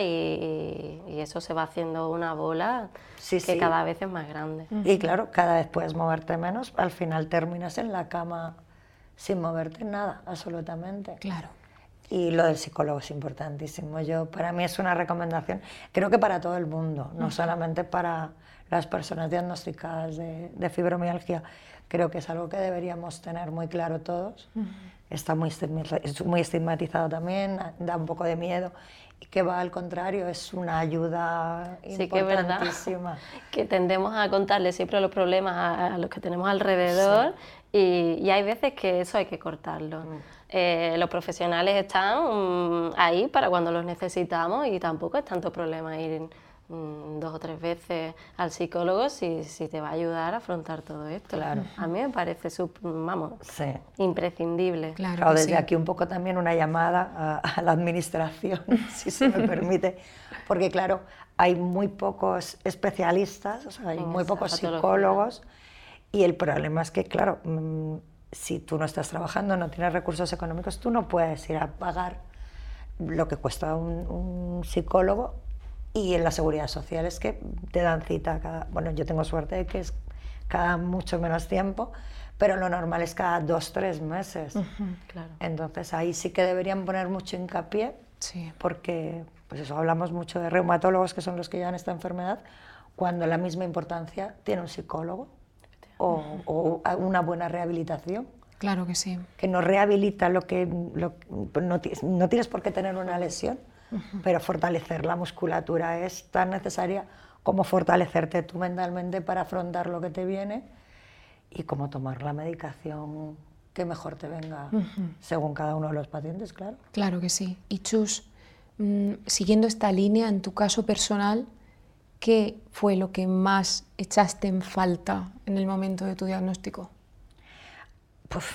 y, y eso se va haciendo una bola sí, que sí. cada vez es más grande. Y claro, cada vez puedes moverte menos, al final terminas en la cama sin moverte nada, absolutamente. Claro. Y lo del psicólogo es importantísimo. Yo, para mí es una recomendación, creo que para todo el mundo, no solamente para las personas diagnosticadas de, de fibromialgia. Creo que es algo que deberíamos tener muy claro todos. Uh-huh. Está muy, muy estigmatizado también, da un poco de miedo. Y que va al contrario, es una ayuda sí, importantísima. Que, es que tendemos a contarle siempre los problemas a, a los que tenemos alrededor sí. y, y hay veces que eso hay que cortarlo. Mm. Eh, los profesionales están um, ahí para cuando los necesitamos y tampoco es tanto problema ir um, dos o tres veces al psicólogo si, si te va a ayudar a afrontar todo esto. Claro. A mí me parece sub, vamos, sí. imprescindible. Claro, claro desde sí. aquí un poco también una llamada a, a la administración, si se me permite, porque claro, hay muy pocos especialistas, o sea, hay en muy pocos patología. Psicólogos y el problema es que, claro, mmm, si tú no estás trabajando, no tienes recursos económicos, tú no puedes ir a pagar lo que cuesta un, un psicólogo y en la seguridad social es que te dan cita cada... Bueno, yo tengo suerte de que es cada mucho menos tiempo, pero lo normal es cada dos, tres meses. Uh-huh, claro. Entonces ahí sí que deberían poner mucho hincapié, sí. porque pues eso, hablamos mucho de reumatólogos que son los que llevan esta enfermedad, cuando la misma importancia tiene un psicólogo. O, o una buena rehabilitación. Claro que sí. Que no rehabilita lo que... Lo, no, no tienes por qué tener una lesión, uh-huh. pero fortalecer la musculatura es tan necesaria como fortalecerte tú mentalmente para afrontar lo que te viene y como tomar la medicación que mejor te venga uh-huh. según cada uno de los pacientes, claro. Claro que sí. Y Chus, mmm, siguiendo esta línea, en tu caso personal, ¿qué fue lo que más echaste en falta en el momento de tu diagnóstico? Puf.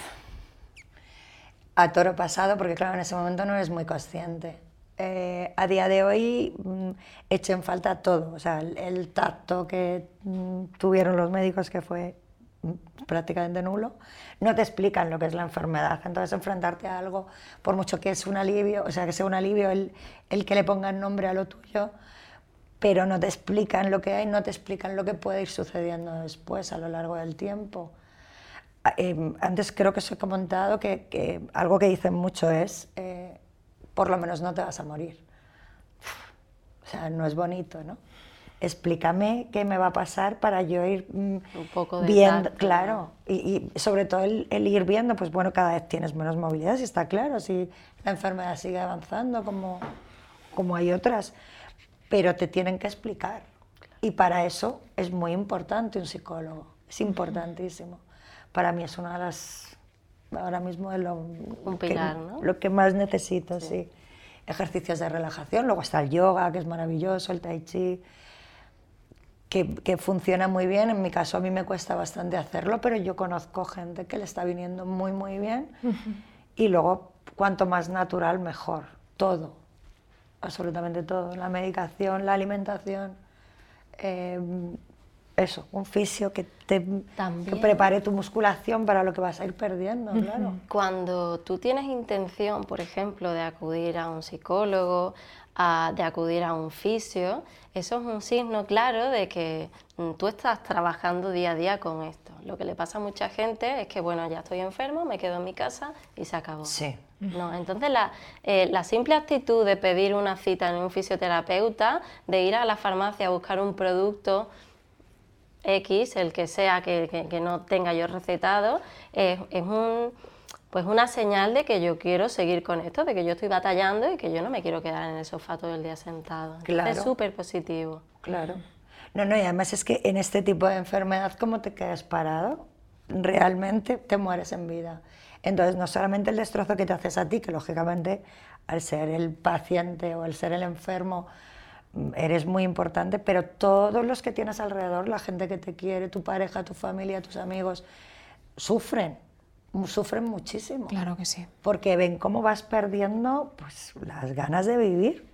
A toro pasado, porque claro, en ese momento no eres muy consciente. Eh, a día de hoy mm, eché en falta todo, o sea, el, el tacto que mm, tuvieron los médicos, que fue mm, prácticamente nulo. No te explican lo que es la enfermedad, entonces enfrentarte a algo, por mucho que es un alivio, o sea, que sea un alivio el, el que le pongan nombre a lo tuyo, pero no te explican lo que hay, no te explican lo que puede ir sucediendo después a lo largo del tiempo. Eh, antes creo que os he comentado que, que algo que dicen mucho es, eh, por lo menos no te vas a morir. O sea, no es bonito, ¿no? Explícame qué me va a pasar para yo ir mm, un poco de viendo, tacto, claro, y, y sobre todo el, el ir viendo, pues bueno, cada vez tienes menos movilidad, si está claro, si la enfermedad sigue avanzando como, como hay otras, pero te tienen que explicar, y para eso es muy importante un psicólogo, es importantísimo. Para mí es una de las, ahora mismo es lo, un pilar, que, ¿no? lo que más necesito, sí. Sí. Ejercicios de relajación, luego está el yoga, que es maravilloso, el tai chi, que, que funciona muy bien. En mi caso a mí me cuesta bastante hacerlo, pero yo conozco gente que le está viniendo muy, muy bien. Uh-huh. Y luego, cuanto más natural, mejor. Todo, absolutamente todo. La medicación, la alimentación, eh, eso, un fisio que te que prepare tu musculación para lo que vas a ir perdiendo, uh-huh. Claro. Cuando tú tienes intención, por ejemplo, de acudir a un psicólogo, a, de acudir a un fisio, eso es un signo claro de que mm, tú estás trabajando día a día con esto. Lo que le pasa a mucha gente es que, bueno, ya estoy enfermo, me quedo en mi casa y se acabó. Sí. No, entonces la, eh, la simple actitud de pedir una cita en un fisioterapeuta, de ir a la farmacia a buscar un producto X, el que sea que, que, que no tenga yo recetado, es, es un, pues una señal de que yo quiero seguir con esto, de que yo estoy batallando y que yo no me quiero quedar en el sofá todo el día sentado. Entonces, claro. Es súper positivo. Claro. No, no, y además es que en este tipo de enfermedad, como te quedas parado, realmente te mueres en vida. Entonces, no solamente el destrozo que te haces a ti, que lógicamente al ser el paciente o al ser el enfermo, eres muy importante, pero todos los que tienes alrededor, la gente que te quiere, tu pareja, tu familia, tus amigos, sufren, sufren muchísimo. Claro que sí. Porque ven cómo vas perdiendo pues, las ganas de vivir.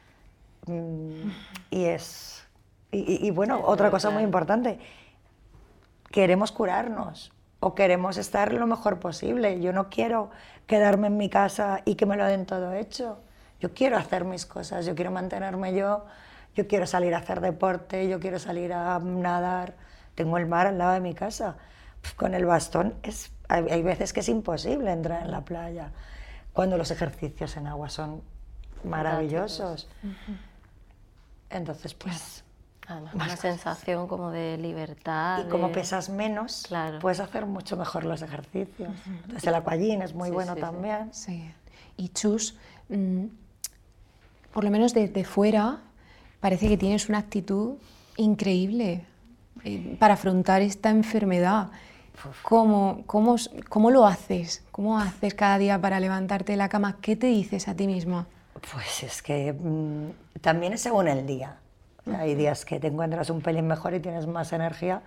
Y es... Y, y bueno, sí, otra cosa claro. Muy importante, queremos curarnos o queremos estar lo mejor posible. Yo no quiero quedarme en mi casa y que me lo den todo hecho. Yo quiero hacer mis cosas, yo quiero mantenerme yo, yo quiero salir a hacer deporte, yo quiero salir a nadar. Tengo el mar al lado de mi casa. Pues con el bastón es, hay, hay veces que es imposible entrar en la playa, cuando los ejercicios en agua son maravillosos. Uh-huh. Entonces, pues... Además, una cosas. sensación como de libertad. Y de... como pesas menos, claro. Puedes hacer mucho mejor los ejercicios. Uh-huh. Entonces el aquagym es muy sí, bueno sí, también. Sí. Y Chus, mmm, por lo menos desde fuera, parece que tienes una actitud increíble eh, para afrontar esta enfermedad. ¿Cómo, cómo, ¿Cómo lo haces? ¿Cómo haces cada día para levantarte de la cama? ¿Qué te dices a ti misma? Pues es que mmm, también es según el día. O sea, hay días que te encuentras un pelín mejor y tienes más energía,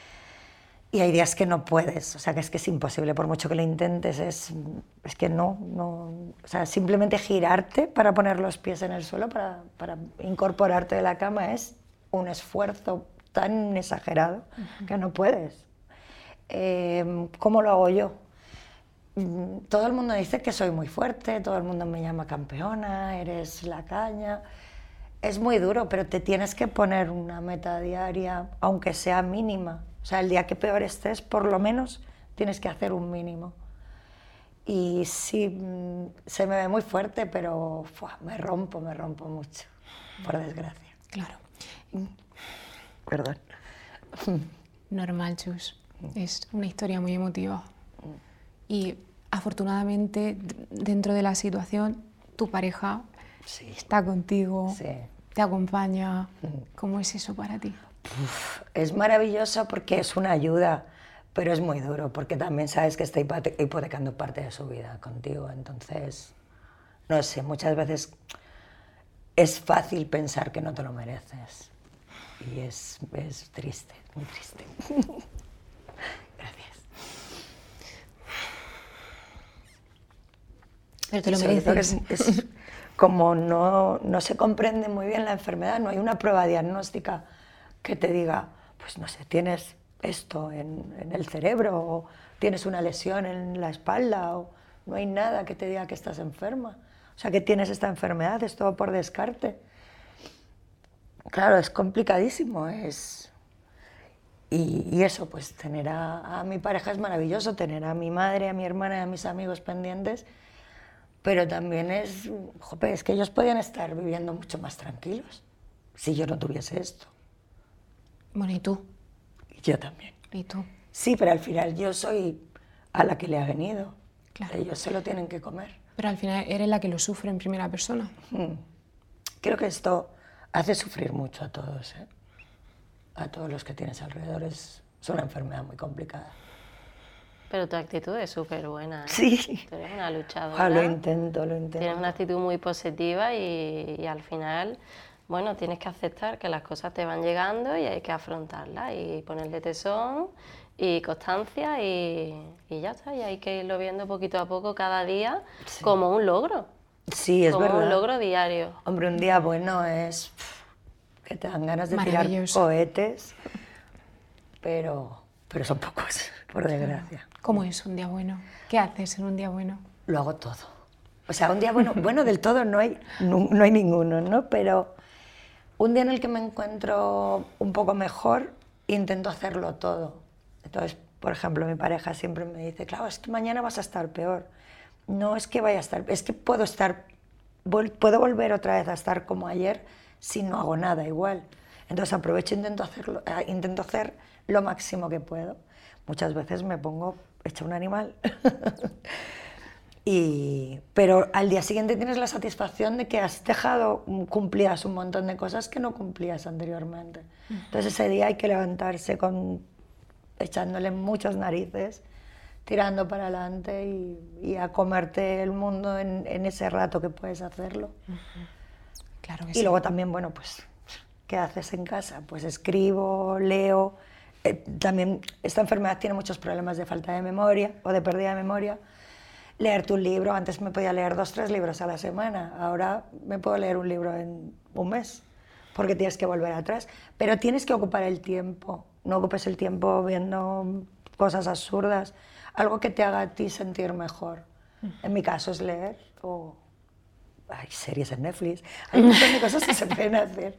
y hay días que no puedes, o sea, que es que es imposible, por mucho que lo intentes, es, es que no, no, o sea, simplemente girarte para poner los pies en el suelo, para, para incorporarte de la cama, es un esfuerzo tan exagerado uh-huh. que no puedes. Eh, ¿Cómo lo hago yo? Todo el mundo dice que soy muy fuerte, todo el mundo me llama campeona, eres la caña. Es muy duro, pero te tienes que poner una meta diaria, aunque sea mínima. O sea, el día que peor estés, por lo menos tienes que hacer un mínimo. Y sí, se me ve muy fuerte, pero ¡fua! me rompo, me rompo mucho, por desgracia. Claro. Perdón. Normal, Chus. Es una historia muy emotiva. Y afortunadamente, dentro de la situación, tu pareja sí. está contigo, sí. te acompaña. ¿Cómo es eso para ti? Uf, es maravilloso porque es una ayuda, pero es muy duro porque también sabes que está hipotecando parte de su vida contigo. Entonces, no sé, muchas veces es fácil pensar que no te lo mereces. y es, es triste, muy triste. Gracias. Pero te lo Sobre todo mereces. Es, es, como no, no se comprende muy bien la enfermedad, no hay una prueba diagnóstica que te diga, pues no sé, tienes esto en, en el cerebro, o tienes una lesión en la espalda, o no hay nada que te diga que estás enferma. O sea, que tienes esta enfermedad, es todo por descarte. Claro, es complicadísimo, es... Y, y eso, pues tener a, a mi pareja es maravilloso, tener a mi madre, a mi hermana y a mis amigos pendientes, pero también es, jope, es que ellos podían estar viviendo mucho más tranquilos si yo no tuviese esto. Bueno, ¿y tú? Y yo también. ¿Y tú? Sí, pero al final yo soy a la que le ha venido. Claro. Ellos se lo tienen que comer. Pero al final eres la que lo sufre en primera persona. Hmm. Creo que esto hace sufrir mucho a todos, ¿eh? A todos los que tienes alrededor. Es, es una enfermedad muy complicada. Pero tu actitud es súper buena, ¿eh? Sí. Tú eres una luchadora. Ah, lo intento, lo intento. Tienes una actitud muy positiva y, y al final, bueno, tienes que aceptar que las cosas te van llegando y hay que afrontarlas y ponerle tesón y constancia y, y ya está. Y hay que irlo viendo poquito a poco cada día Sí. como un logro. Sí, es como verdad. un logro diario. Hombre, un día bueno es pff, que te dan ganas de tirar cohetes, pero, pero son pocos, por desgracia. ¿Cómo es un día bueno? ¿Qué haces en un día bueno? Lo hago todo. O sea, un día bueno, bueno del todo no hay, no, no hay ninguno, ¿no? Pero un día en el que me encuentro un poco mejor, intento hacerlo todo. Entonces, por ejemplo, mi pareja siempre me dice, claro, es que mañana vas a estar peor. No es que vaya a estar, es que puedo estar, puedo volver otra vez a estar como ayer si no hago nada igual. Entonces aprovecho e intento hacerlo, intento hacer lo máximo que puedo. Muchas veces me pongo hecha un animal. y, pero al día siguiente tienes la satisfacción de que has dejado cumplidas un montón de cosas que no cumplías anteriormente. Entonces ese día hay que levantarse con, echándole muchas narices, tirando para adelante y, y a comerte el mundo en, en ese rato que puedes hacerlo. Uh-huh. Claro que y sí. luego también, bueno, pues, ¿qué haces en casa? Pues escribo, leo. Eh, también esta enfermedad tiene muchos problemas de falta de memoria o de pérdida de memoria. Leerte un libro, antes me podía leer dos, tres libros a la semana, ahora me puedo leer un libro en un mes, porque tienes que volver atrás. Pero tienes que ocupar el tiempo, no ocupes el tiempo viendo cosas absurdas, algo que te haga a ti sentir mejor. En mi caso es leer o... Hay series en Netflix, hay un montón de cosas que se pueden hacer.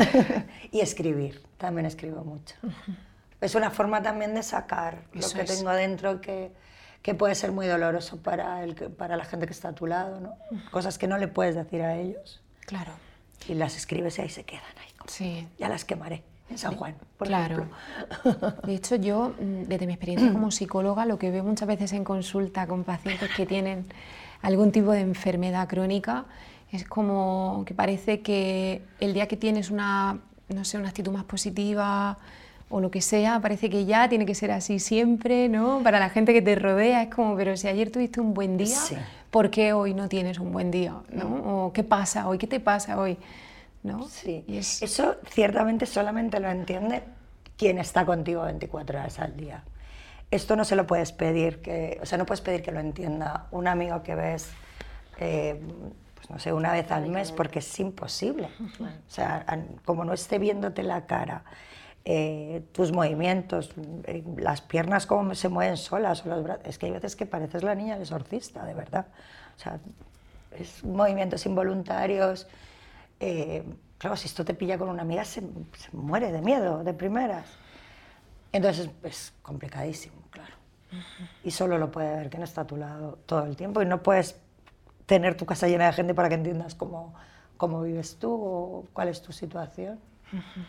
Y escribir, también escribo mucho. Es una forma también de sacar Eso lo que es. tengo dentro que, que puede ser muy doloroso para, el, para la gente que está a tu lado, ¿no? Cosas que no le puedes decir a ellos. Claro. Y las escribes y ahí se quedan. Ahí, como, Sí. ya las quemaré en San Juan, por Claro. ejemplo. De hecho, yo, desde mi experiencia como psicóloga, lo que veo muchas veces en consulta con pacientes que tienen algún tipo de enfermedad crónica, es como que parece que el día que tienes una, no sé, una actitud más positiva o lo que sea, parece que ya tiene que ser así siempre, ¿no? Para la gente que te rodea es como, pero si ayer tuviste un buen día, Sí. ¿por qué hoy no tienes un buen día? ¿No? O ¿qué pasa hoy? ¿Qué te pasa hoy? ¿No? Sí, Y es... eso ciertamente solamente lo entiende quien está contigo veinticuatro horas al día. Esto no se lo puedes pedir, que, o sea, no puedes pedir que lo entienda un amigo que ves, eh, pues no sé, una vez al mes, porque es imposible. O sea, como no esté viéndote la cara, eh, tus movimientos, eh, las piernas cómo se mueven solas, o los brazos, es que hay veces que pareces la niña del exorcista, de verdad. O sea, es movimientos involuntarios. Eh, claro, si esto te pilla con una amiga, se, se muere de miedo, de primeras. Entonces es, es complicadísimo, claro. Uh-huh. Y solo lo puede ver quien está a tu lado todo el tiempo y no puedes tener tu casa llena de gente para que entiendas cómo, cómo vives tú o cuál es tu situación. Uh-huh.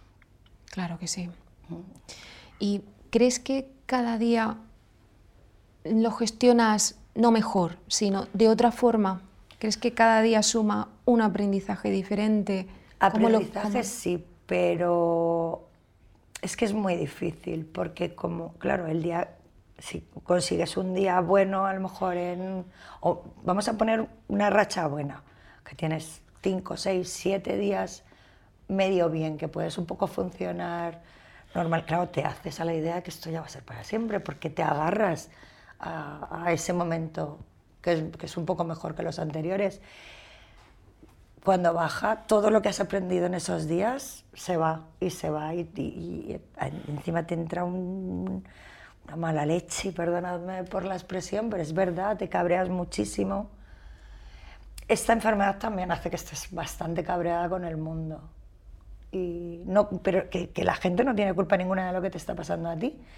Claro que sí. Uh-huh. ¿Y crees que cada día lo gestionas no mejor, sino de otra forma? ¿Crees que cada día suma un aprendizaje diferente? Aprendizaje ¿Cómo lo, cómo? sí, pero es que es muy difícil, porque como, claro, el día, si consigues un día bueno, a lo mejor en, o vamos a poner una racha buena, que tienes cinco, seis, siete días medio bien, que puedes un poco funcionar normal, claro, te haces a la idea de que esto ya va a ser para siempre, porque te agarras a, a ese momento que es, que es un poco mejor que los anteriores. Cuando baja, todo lo que has aprendido en esos días se va y se va y, y, y encima te entra un, una mala leche, perdonadme por la expresión, pero es verdad, te cabreas muchísimo. Esta enfermedad también hace que estés bastante cabreada con el mundo. Y no, pero que, que la gente no tiene culpa ninguna de lo que te está pasando a ti.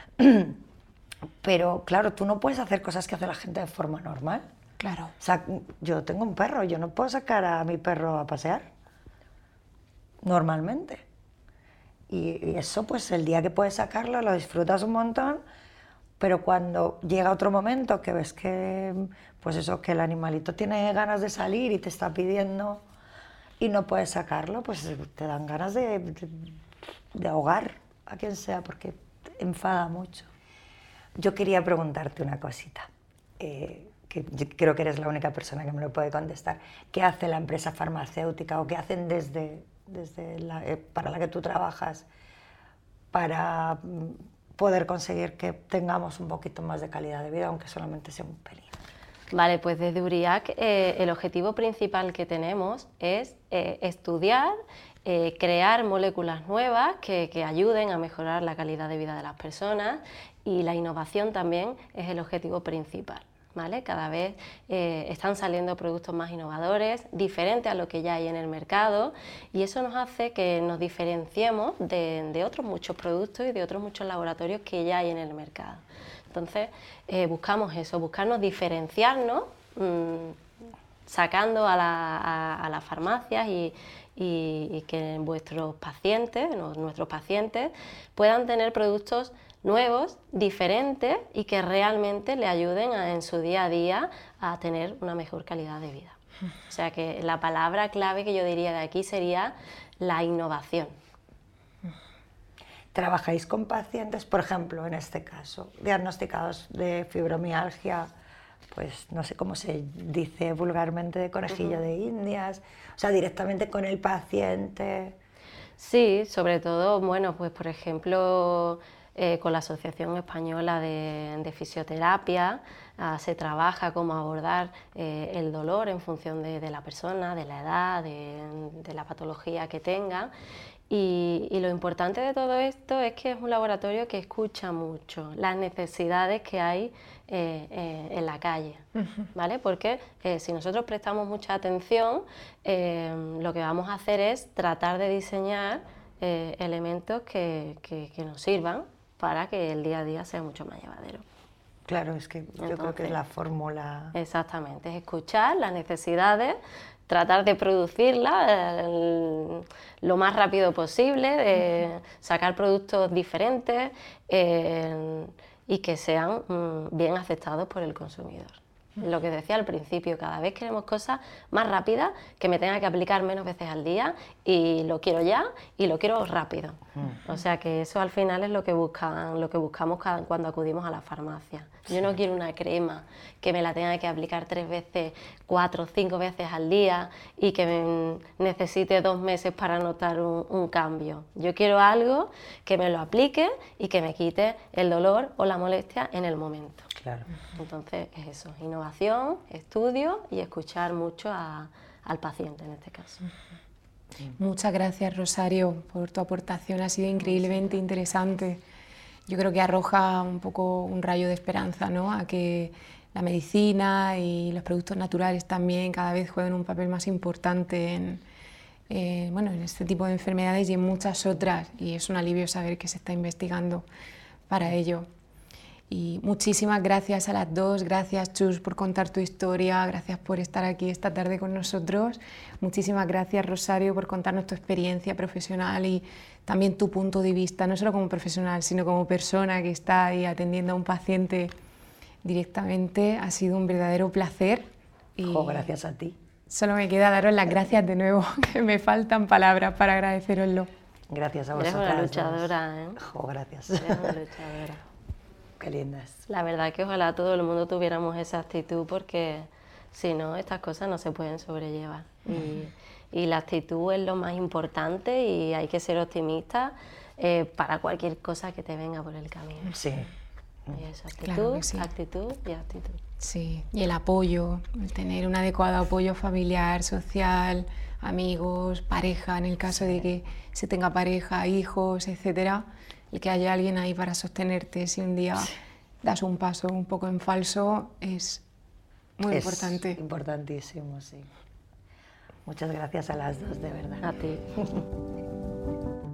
Pero claro, tú no puedes hacer cosas que hace la gente de forma normal. Claro. O sea, yo tengo un perro, yo no puedo sacar a mi perro a pasear, normalmente. Y, y eso, pues el día que puedes sacarlo, lo disfrutas un montón, pero cuando llega otro momento que ves que, pues eso, que el animalito tiene ganas de salir y te está pidiendo y no puedes sacarlo, pues te dan ganas de, de, de ahogar a quien sea, porque enfada mucho. Yo quería preguntarte una cosita. Eh, que yo creo que eres la única persona que me lo puede contestar. ¿Qué hace la empresa farmacéutica o qué hacen desde, desde la, eh, para la que tú trabajas para poder conseguir que tengamos un poquito más de calidad de vida, aunque solamente sea un pelín? Vale, pues desde Uriac eh, el objetivo principal que tenemos es eh, estudiar, eh, crear moléculas nuevas que, que ayuden a mejorar la calidad de vida de las personas, y la innovación también es el objetivo principal. ¿Vale? Cada vez eh, están saliendo productos más innovadores, diferentes a lo que ya hay en el mercado, y eso nos hace que nos diferenciemos de, de otros muchos productos y de otros muchos laboratorios que ya hay en el mercado. Entonces eh, buscamos eso, buscarnos diferenciarnos, mmm, sacando a, la, a, a las farmacias y, y, y que vuestros pacientes, nuestros pacientes, puedan tener productos nuevos, diferentes y que realmente le ayuden a, en su día a día a tener una mejor calidad de vida. O sea que la palabra clave que yo diría de aquí sería la innovación. ¿Trabajáis con pacientes, por ejemplo, en este caso, diagnosticados de fibromialgia, pues no sé cómo se dice vulgarmente, de conejillo uh-huh. de indias, o sea, directamente con el paciente? Sí, sobre todo, bueno, pues por ejemplo, Eh, con la Asociación Española de, de Fisioterapia uh, se trabaja cómo abordar eh, el dolor en función de, de la persona, de la edad, de, de la patología que tenga, y, y lo importante de todo esto es que es un laboratorio que escucha mucho las necesidades que hay eh, eh, en la calle, ¿vale? Porque eh, si nosotros prestamos mucha atención, eh, lo que vamos a hacer es tratar de diseñar eh, elementos que, que, que nos sirvan para que el día a día sea mucho más llevadero. Claro, es que yo Entonces, creo que es la fórmula... Exactamente, es escuchar las necesidades, tratar de producirlas eh, lo más rápido posible, eh, sacar productos diferentes eh, y que sean mm, bien aceptados por el consumidor. Lo que decía al principio, cada vez queremos cosas más rápidas, que me tenga que aplicar menos veces al día, y lo quiero ya y lo quiero rápido. Mm. O sea que eso al final es lo que buscan, lo que buscamos cada, cuando acudimos a la farmacia. Yo no quiero una crema que me la tenga que aplicar tres veces, cuatro, cinco veces al día y que me necesite dos meses para notar un, un cambio. Yo quiero algo que me lo aplique y que me quite el dolor o la molestia en el momento. Claro. Entonces es eso, innovación, estudio y escuchar mucho a, al paciente en este caso. Muchas gracias, Rosario, por tu aportación, ha sido increíblemente interesante. Yo creo que arroja un poco un rayo de esperanza, ¿no?, a que la medicina y los productos naturales también cada vez jueguen un papel más importante en, eh, bueno, en este tipo de enfermedades y en muchas otras, y es un alivio saber que se está investigando para ello. Y muchísimas gracias a las dos, gracias Chus por contar tu historia, gracias por estar aquí esta tarde con nosotros, muchísimas gracias Rosario por contarnos tu experiencia profesional y también tu punto de vista, no solo como profesional, sino como persona que está ahí atendiendo a un paciente directamente. Ha sido un verdadero placer. Y oh, gracias a ti. Solo me queda daros las gracias de nuevo, que me faltan palabras para agradeceroslo. Gracias a vosotras. Eres una luchadora, ¿eh? Oh, gracias. Eres una luchadora. Qué lindas. La verdad que ojalá todo el mundo tuviéramos esa actitud, porque si no, estas cosas no se pueden sobrellevar. Y, y la actitud es lo más importante y hay que ser optimista eh, para cualquier cosa que te venga por el camino. Sí. Y eso, actitud, Claro que sí. actitud y actitud. Sí, y el apoyo, el tener un adecuado apoyo familiar, social, amigos, pareja, en el caso de que se tenga pareja, hijos, etcétera, y que haya alguien ahí para sostenerte si un día das un paso un poco en falso es muy Es importante. importantísimo, sí. Muchas gracias a las dos, de verdad. A ti.